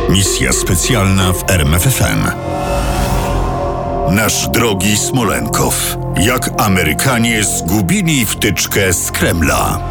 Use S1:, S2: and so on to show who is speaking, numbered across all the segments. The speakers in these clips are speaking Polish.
S1: Misja specjalna w RMFFM. Nasz drogi Smolenkow. Jak Amerykanie zgubili wtyczkę z Kremla.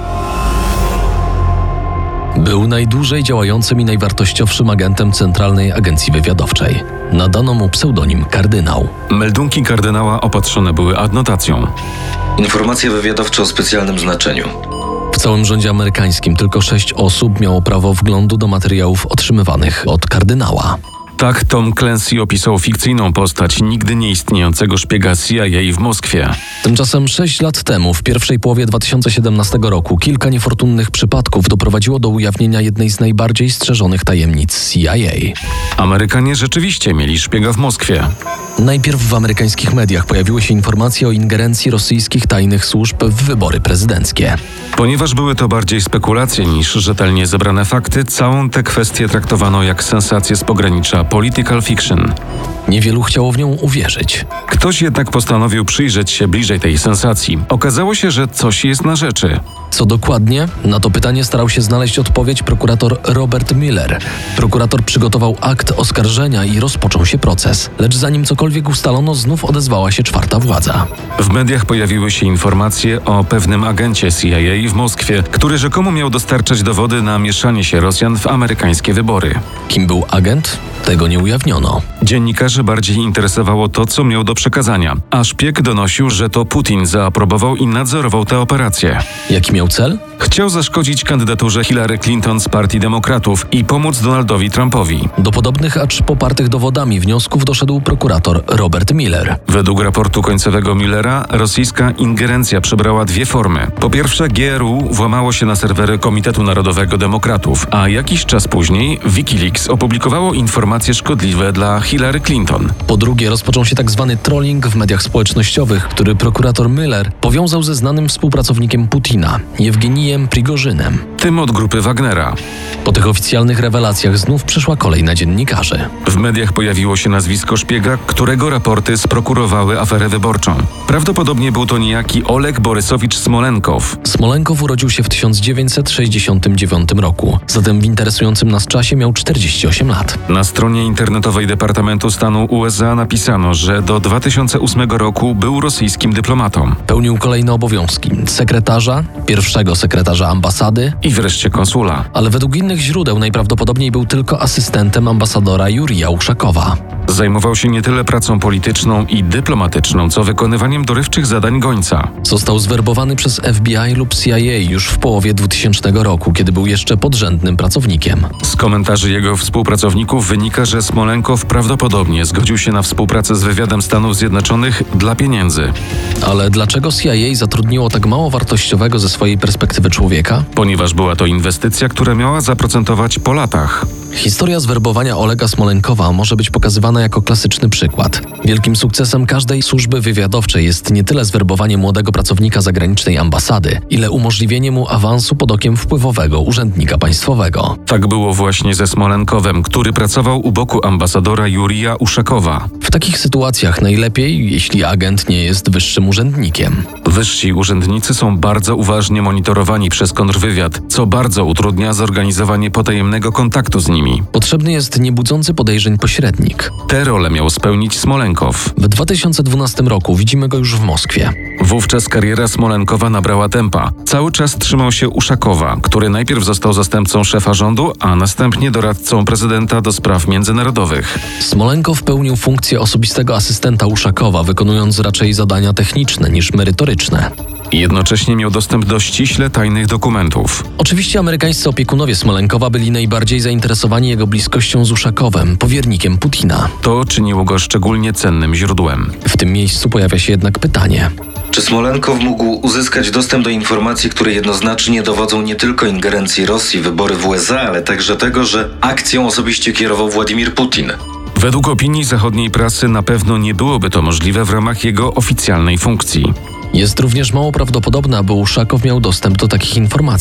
S2: Był najdłużej działającym i najwartościowszym agentem Centralnej Agencji Wywiadowczej. Nadano mu pseudonim Kardynał.
S3: Meldunki kardynała opatrzone były adnotacją.
S4: Informacje wywiadowcze o specjalnym znaczeniu.
S2: W całym rządzie amerykańskim tylko 6 osób miało prawo wglądu do materiałów otrzymywanych od kardynała.
S3: Tak Tom Clancy opisał fikcyjną postać nigdy nieistniejącego szpiega CIA w Moskwie.
S2: Tymczasem 6 lat temu, w pierwszej połowie 2017 roku, kilka niefortunnych przypadków doprowadziło do ujawnienia jednej z najbardziej strzeżonych tajemnic CIA.
S3: Amerykanie rzeczywiście mieli szpiega w Moskwie.
S2: Najpierw w amerykańskich mediach pojawiły się informacje o ingerencji rosyjskich tajnych służb w wybory prezydenckie.
S3: Ponieważ były to bardziej spekulacje niż rzetelnie zebrane fakty, całą tę kwestię traktowano jak sensację z pogranicza political fiction.
S2: Niewielu chciało w nią uwierzyć.
S3: Ktoś jednak postanowił przyjrzeć się bliżej tej sensacji. Okazało się, że coś jest na rzeczy.
S2: Co dokładnie? Na to pytanie starał się znaleźć odpowiedź prokurator Robert Mueller. Prokurator przygotował akt oskarżenia i rozpoczął się proces. Lecz zanim cokolwiek ustalono, znów odezwała się czwarta władza.
S3: W mediach pojawiły się informacje o pewnym agencie CIA w Moskwie, który rzekomo miał dostarczać dowody na mieszanie się Rosjan w amerykańskie wybory.
S2: Kim był agent? Tego nie ujawniono.
S3: Dziennikarzy bardziej interesowało to, co miał do przekazania, a szpieg donosił, że to Putin zaaprobował i nadzorował tę operację.
S2: Jaki miał cel?
S3: Chciał zaszkodzić kandydaturze Hillary Clinton z Partii Demokratów i pomóc Donaldowi Trumpowi.
S2: Do podobnych, acz popartych dowodami wniosków doszedł prokurator Robert Mueller.
S3: Według raportu końcowego Muellera rosyjska ingerencja przybrała dwie formy. Po pierwsze, GRU włamało się na serwery Komitetu Narodowego Demokratów, a jakiś czas później Wikileaks opublikowało informacje szkodliwe dla Hillary Clinton.
S2: Po drugie, rozpoczął się tzw. trolling w mediach społecznościowych, który prokurator Mueller powiązał ze znanym współpracownikiem Putina, Jewgenijem Prigorzynem.
S3: Tym od grupy Wagnera.
S2: Po tych oficjalnych rewelacjach znów przyszła kolej na dziennikarzy.
S3: W mediach pojawiło się nazwisko szpiega, którego raporty sprokurowały aferę wyborczą. Prawdopodobnie był to niejaki Oleg Borysowicz Smolenkow.
S2: Smolenkow urodził się w 1969 roku, zatem w interesującym nas czasie miał 48 lat.
S3: Na stronie internetowej Departamentu Stanu USA napisano, że do 2008 roku był rosyjskim dyplomatą.
S2: Pełnił kolejne obowiązki sekretarza, pierwszego sekretarza ambasady
S3: I wreszcie konsula.
S2: ale według innych źródeł najprawdopodobniej był tylko asystentem ambasadora Jurija Uszakowa.
S3: Zajmował się nie tyle pracą polityczną i dyplomatyczną, co wykonywaniem dorywczych zadań gońca.
S2: Został zwerbowany przez FBI lub CIA już w połowie 2000 roku, kiedy był jeszcze podrzędnym pracownikiem.
S3: Z komentarzy jego współpracowników wynika, że Smolenkow prawdopodobnie zgodził się na współpracę z wywiadem Stanów Zjednoczonych dla pieniędzy.
S2: Ale dlaczego CIA zatrudniło tak mało wartościowego ze swojej perspektywy człowieka?
S3: Ponieważ była to inwestycja, która miała zaprocentować po latach.
S2: Historia zwerbowania Olega Smolenkowa może być pokazywana jako klasyczny przykład. Wielkim sukcesem każdej służby wywiadowczej jest nie tyle zwerbowanie młodego pracownika zagranicznej ambasady, ile umożliwienie mu awansu pod okiem wpływowego urzędnika państwowego.
S3: Tak było właśnie ze Smolenkowem, który pracował u boku ambasadora Jurija Uszakowa.
S2: W takich sytuacjach najlepiej, jeśli agent nie jest wyższym urzędnikiem.
S3: Wyżsi urzędnicy są bardzo uważnie monitorowani przez kontrwywiad, co bardzo utrudnia zorganizowanie potajemnego kontaktu z nimi.
S2: Potrzebny jest niebudzący podejrzeń pośrednik.
S3: Tę rolę miał spełnić Smolenkow.
S2: W 2012 roku widzimy go już w Moskwie.
S3: Wówczas kariera Smolenkowa nabrała tempa. Cały czas trzymał się Uszakowa, który najpierw został zastępcą szefa rządu, a następnie doradcą prezydenta do spraw międzynarodowych.
S2: Smolenkow pełnił funkcję osobistego asystenta Uszakowa, wykonując raczej zadania techniczne niż merytoryczne.
S3: Jednocześnie miał dostęp do ściśle tajnych dokumentów.
S2: Oczywiście amerykańscy opiekunowie Smolenkowa byli najbardziej zainteresowani jego bliskością z Uszakowem, powiernikiem Putina.
S3: To czyniło go szczególnie cennym źródłem.
S2: W tym miejscu pojawia się jednak pytanie.
S4: Czy Smolenkow mógł uzyskać dostęp do informacji, które jednoznacznie dowodzą nie tylko ingerencji Rosji w wybory w USA, ale także tego, że akcją osobiście kierował Władimir Putin?
S3: Według opinii zachodniej prasy na pewno nie byłoby to możliwe w ramach jego oficjalnej funkcji.
S2: Jest również mało prawdopodobne, aby Uszakow miał dostęp do takich informacji.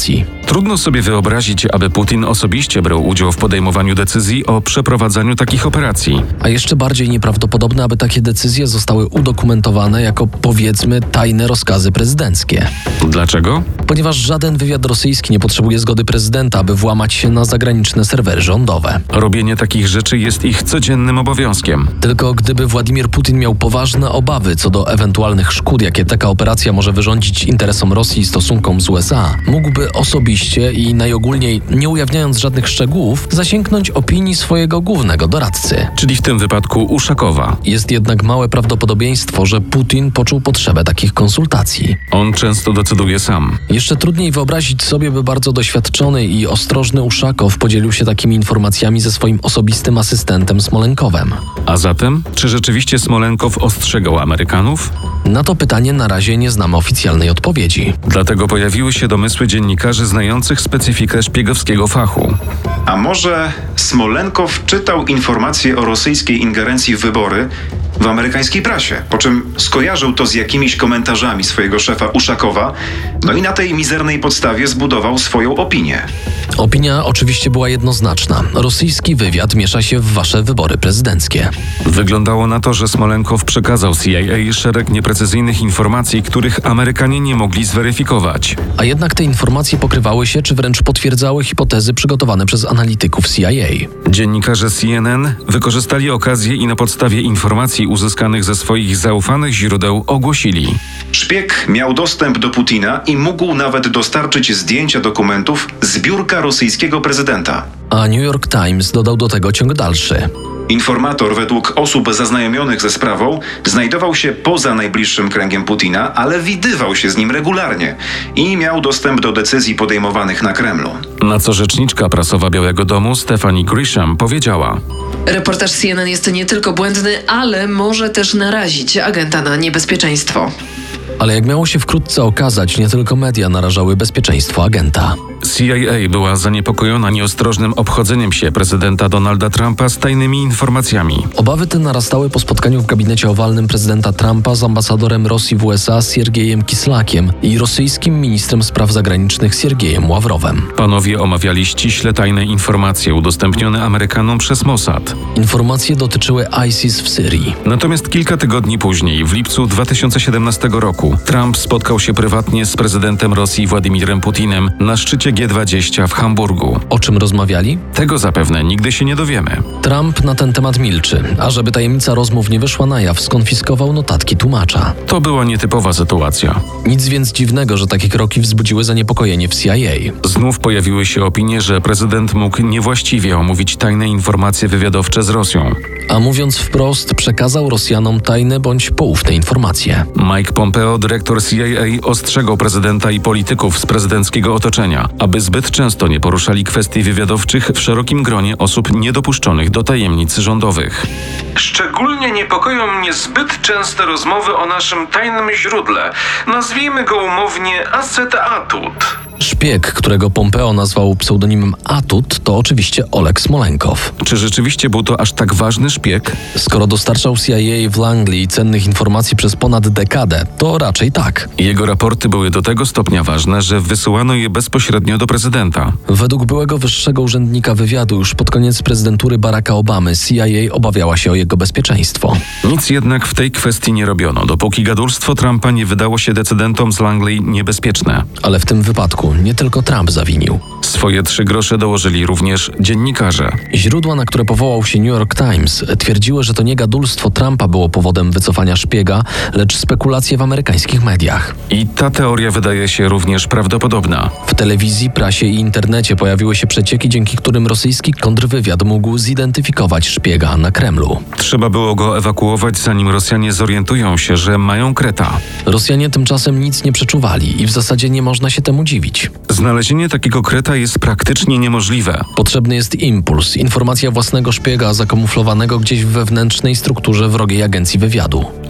S3: Trudno sobie wyobrazić, aby Putin osobiście brał udział w podejmowaniu decyzji o przeprowadzaniu takich operacji.
S2: A jeszcze bardziej nieprawdopodobne, aby takie decyzje zostały udokumentowane jako, powiedzmy, tajne rozkazy prezydenckie.
S3: Dlaczego?
S2: Ponieważ żaden wywiad rosyjski nie potrzebuje zgody prezydenta, aby włamać się na zagraniczne serwery rządowe.
S3: Robienie takich rzeczy jest ich codziennym obowiązkiem.
S2: Tylko gdyby Władimir Putin miał poważne obawy co do ewentualnych szkód, jakie taka operacja może wyrządzić interesom Rosji i stosunkom z USA, mógłby osobiście i najogólniej, nie ujawniając żadnych szczegółów, zasięgnąć opinii swojego głównego doradcy.
S3: Czyli w tym wypadku Uszakowa.
S2: Jest jednak małe prawdopodobieństwo, że Putin poczuł potrzebę takich konsultacji.
S3: On często decyduje sam.
S2: Jeszcze trudniej wyobrazić sobie, by bardzo doświadczony i ostrożny Uszakow podzielił się takimi informacjami ze swoim osobistym asystentem Smolenkowem.
S3: A zatem, czy rzeczywiście Smolenkow ostrzegał Amerykanów?
S2: Na to pytanie na razie nie znamy oficjalnej odpowiedzi.
S3: Dlatego pojawiły się domysły dziennikarzy znających specyfikę szpiegowskiego fachu.
S5: A może Smolenkow czytał informacje o rosyjskiej ingerencji w wybory w amerykańskiej prasie, po czym skojarzył to z jakimiś komentarzami swojego szefa Uszakowa, no i na tej mizernej podstawie zbudował swoją opinię.
S2: Opinia oczywiście była jednoznaczna. Rosyjski wywiad miesza się w wasze wybory prezydenckie.
S3: Wyglądało na to, że Smolenkow przekazał CIA szereg nieprecyzyjnych informacji, których Amerykanie nie mogli zweryfikować.
S2: A jednak te informacje pokrywały się, czy wręcz potwierdzały hipotezy przygotowane przez analityków CIA.
S3: Dziennikarze CNN wykorzystali okazję i na podstawie informacji uzyskanych ze swoich zaufanych źródeł ogłosili:
S5: Szpieg miał dostęp do Putina i mógł nawet dostarczyć zdjęcia dokumentów z biurka rosyjskiego prezydenta.
S2: A New York Times dodał do tego ciąg dalszy.
S5: Informator według osób zaznajomionych ze sprawą znajdował się poza najbliższym kręgiem Putina, ale widywał się z nim regularnie i miał dostęp do decyzji podejmowanych na Kremlu.
S3: Na co rzeczniczka prasowa Białego Domu Stephanie Grisham powiedziała:
S6: Reportaż CNN jest nie tylko błędny, ale może też narazić agenta na niebezpieczeństwo.
S2: Ale jak miało się wkrótce okazać, nie tylko media narażały bezpieczeństwo agenta.
S3: CIA była zaniepokojona nieostrożnym obchodzeniem się prezydenta Donalda Trumpa z tajnymi informacjami.
S2: Obawy te narastały po spotkaniu w gabinecie owalnym prezydenta Trumpa z ambasadorem Rosji w USA Siergiejem Kislakiem i rosyjskim ministrem spraw zagranicznych Siergiejem Ławrowem.
S3: Panowie omawiali ściśle tajne informacje udostępnione Amerykanom przez Mossad.
S2: Informacje dotyczyły ISIS w Syrii.
S3: Natomiast kilka tygodni później, w lipcu 2017 roku, Trump spotkał się prywatnie z prezydentem Rosji Władimirem Putinem na szczycie G20 w Hamburgu.
S2: O czym rozmawiali?
S3: Tego zapewne nigdy się nie dowiemy.
S2: Trump na ten temat milczy, a żeby tajemnica rozmów nie wyszła na jaw, skonfiskował notatki tłumacza.
S3: To była nietypowa sytuacja.
S2: Nic więc dziwnego, że takie kroki wzbudziły zaniepokojenie w CIA.
S3: Znów pojawiły się opinie, że prezydent mógł niewłaściwie omówić tajne informacje wywiadowcze z Rosją.
S2: A mówiąc wprost, przekazał Rosjanom tajne bądź poufne informacje.
S3: Mike Pompeo, dyrektor CIA, ostrzegał prezydenta i polityków z prezydenckiego otoczenia, aby zbyt często nie poruszali kwestii wywiadowczych w szerokim gronie osób niedopuszczonych do tajemnic rządowych.
S7: Szczególnie niepokoją mnie zbyt częste rozmowy o naszym tajnym źródle. Nazwijmy go umownie Acet-Atut.
S2: Szpieg, którego Pompeo nazwał pseudonimem Atut, to oczywiście Oleg Smolenkow.
S3: Czy rzeczywiście był to aż tak ważny szpieg?
S2: Skoro dostarczał CIA w Langley cennych informacji przez ponad dekadę, to raczej tak.
S3: Jego raporty były do tego stopnia ważne, że wysyłano je bezpośrednio do prezydenta.
S2: Według byłego wyższego urzędnika wywiadu już pod koniec prezydentury Baracka Obamy CIA obawiała się o jego bezpieczeństwo.
S3: Nic jednak w tej kwestii nie robiono, dopóki gadulstwo Trumpa nie wydało się decydentom z Langley niebezpieczne.
S2: Ale w tym wypadku nie tylko Trump zawinił.
S3: Swoje 3 grosze dołożyli również dziennikarze.
S2: Źródła, na które powołał się New York Times, twierdziły, że to nie gadulstwo Trumpa było powodem wycofania szpiega, lecz spekulacje w amerykańskich mediach.
S3: I ta teoria wydaje się również prawdopodobna.
S2: W telewizji, prasie i internecie pojawiły się przecieki, dzięki którym rosyjski kontrwywiad mógł zidentyfikować szpiega na Kremlu.
S3: Trzeba było go ewakuować, zanim Rosjanie zorientują się, że mają kreta.
S2: Rosjanie tymczasem nic nie przeczuwali i w zasadzie nie można się temu dziwić.
S3: Znalezienie takiego kreta jest praktycznie niemożliwe.
S2: Potrzebny jest impuls, informacja własnego szpiega zakamuflowanego gdzieś w wewnętrznej strukturze wrogiej agencji wywiadu.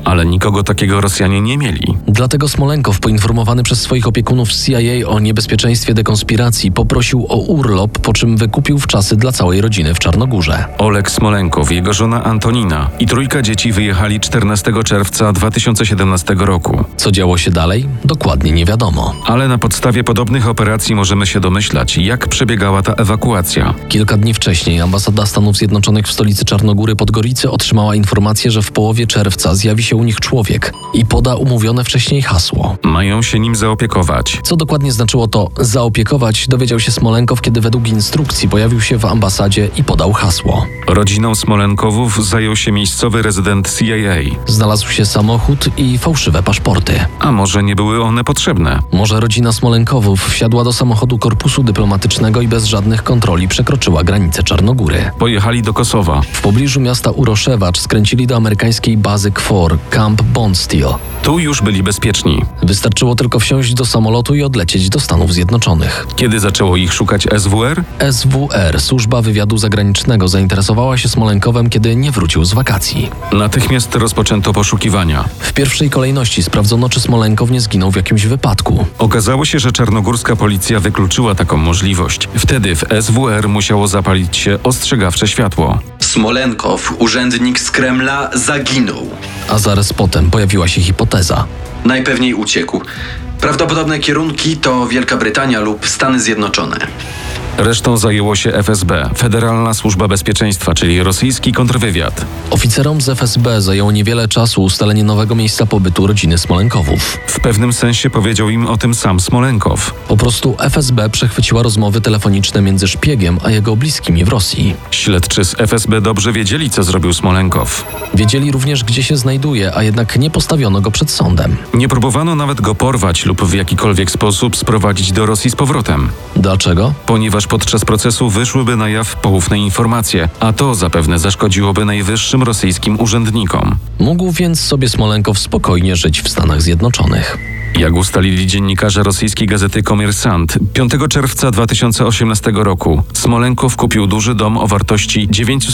S3: ale nikogo takiego Rosjanie nie mieli.
S2: Dlatego Smolenkow, poinformowany przez swoich opiekunów z CIA o niebezpieczeństwie dekonspiracji, poprosił o urlop, po czym wykupił wczasy dla całej rodziny w Czarnogórze.
S3: Oleg Smolenkow, jego żona Antonina i 3 dzieci wyjechali 14 czerwca 2017 roku.
S2: Co działo się dalej? Dokładnie nie wiadomo.
S3: Ale na podstawie podobnych operacji możemy się domyślać, jak przebiegała ta ewakuacja.
S2: Kilka dni wcześniej ambasada Stanów Zjednoczonych w stolicy Czarnogóry Podgoricy otrzymała informację, że w połowie czerwca zjawi się u nich człowiek i poda umówione wcześniej hasło.
S3: Mają się nim zaopiekować.
S2: Co dokładnie znaczyło to zaopiekować, dowiedział się Smolenkow, kiedy według instrukcji pojawił się w ambasadzie i podał hasło.
S3: Rodziną Smolenkowów zajął się miejscowy rezydent CIA.
S2: Znalazł się samochód i fałszywe paszporty.
S3: A może nie były one potrzebne?
S2: Może rodzina Smolenkowów wsiadła do samochodu korpusu dyplomatycznego i bez żadnych kontroli przekroczyła granicę Czarnogóry.
S3: Pojechali do Kosowa.
S2: W pobliżu miasta Uroszewacz skręcili do amerykańskiej bazy KFOR, Camp Bondsteel.
S3: Tu już byli bezpieczni.
S2: Wystarczyło tylko wsiąść do samolotu i odlecieć do Stanów Zjednoczonych.
S3: Kiedy zaczęło ich szukać SWR?
S2: SWR, Służba Wywiadu Zagranicznego, zainteresowała się Smolenkowem, kiedy nie wrócił z wakacji.
S3: Natychmiast rozpoczęto poszukiwania.
S2: W pierwszej kolejności sprawdzono, czy Smolenkow nie zginął w jakimś wypadku.
S3: Okazało się, że czarnogórska policja wykluczyła taką możliwość. Wtedy w SWR musiało zapalić się ostrzegawcze światło.
S8: Smolenkow, urzędnik z Kremla, zaginął.
S2: A zaraz potem pojawiła się hipoteza.
S8: Najpewniej uciekł. Prawdopodobne kierunki to Wielka Brytania lub Stany Zjednoczone.
S3: Resztą zajęło się FSB, Federalna Służba Bezpieczeństwa, czyli rosyjski kontrwywiad.
S2: Oficerom z FSB zajęło niewiele czasu ustalenie nowego miejsca pobytu rodziny Smolenkowów.
S3: W pewnym sensie powiedział im o tym sam Smolenkow.
S2: Po prostu FSB przechwyciła rozmowy telefoniczne między szpiegiem a jego bliskimi w Rosji.
S3: Śledczy z FSB dobrze wiedzieli, co zrobił Smolenkow.
S2: Wiedzieli również, gdzie się znajduje, a jednak nie postawiono go przed sądem.
S3: Nie próbowano nawet go porwać lub w jakikolwiek sposób sprowadzić do Rosji z powrotem.
S2: Dlaczego?
S3: Ponieważ podczas procesu wyszłyby na jaw poufne informacje, a to zapewne zaszkodziłoby najwyższym rosyjskim urzędnikom.
S2: Mógł więc sobie Smolenkow spokojnie żyć w Stanach Zjednoczonych.
S3: Jak ustalili dziennikarze rosyjskiej gazety Komersant, 5 czerwca 2018 roku Smolenkow kupił duży dom o wartości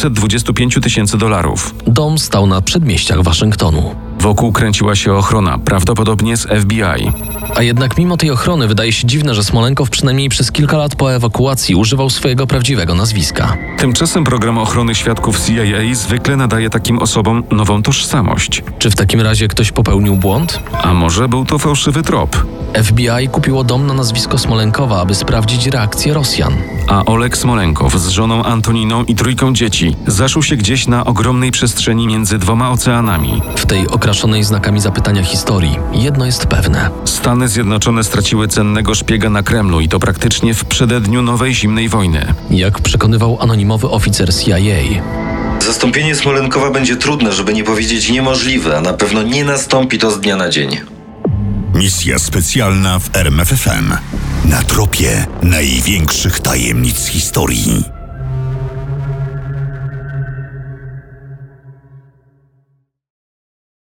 S3: $925 tysięcy.
S2: Dom stał na przedmieściach Waszyngtonu.
S3: Wokół kręciła się ochrona, prawdopodobnie z FBI.
S2: A jednak mimo tej ochrony wydaje się dziwne, że Smolenkow przynajmniej przez kilka lat po ewakuacji używał swojego prawdziwego nazwiska.
S3: Tymczasem program ochrony świadków CIA zwykle nadaje takim osobom nową tożsamość.
S2: Czy w takim razie ktoś popełnił błąd?
S3: A może był to fałszywy trop?
S2: FBI kupiło dom na nazwisko Smolenkowa, aby sprawdzić reakcję Rosjan.
S3: A Oleg Smolenkow z żoną Antoniną i 3 dzieci zaszył się gdzieś na ogromnej przestrzeni między 2 oceanami.
S2: W tej okraszonej znakami zapytania historii jedno jest pewne.
S3: Stany Zjednoczone straciły cennego szpiega na Kremlu i to praktycznie w przededniu nowej zimnej wojny.
S2: Jak przekonywał anonimowy oficer CIA.
S4: Zastąpienie Smolenkowa będzie trudne, żeby nie powiedzieć niemożliwe, a na pewno nie nastąpi to z dnia na dzień.
S1: Misja specjalna w RMFFM. Na tropie największych tajemnic historii.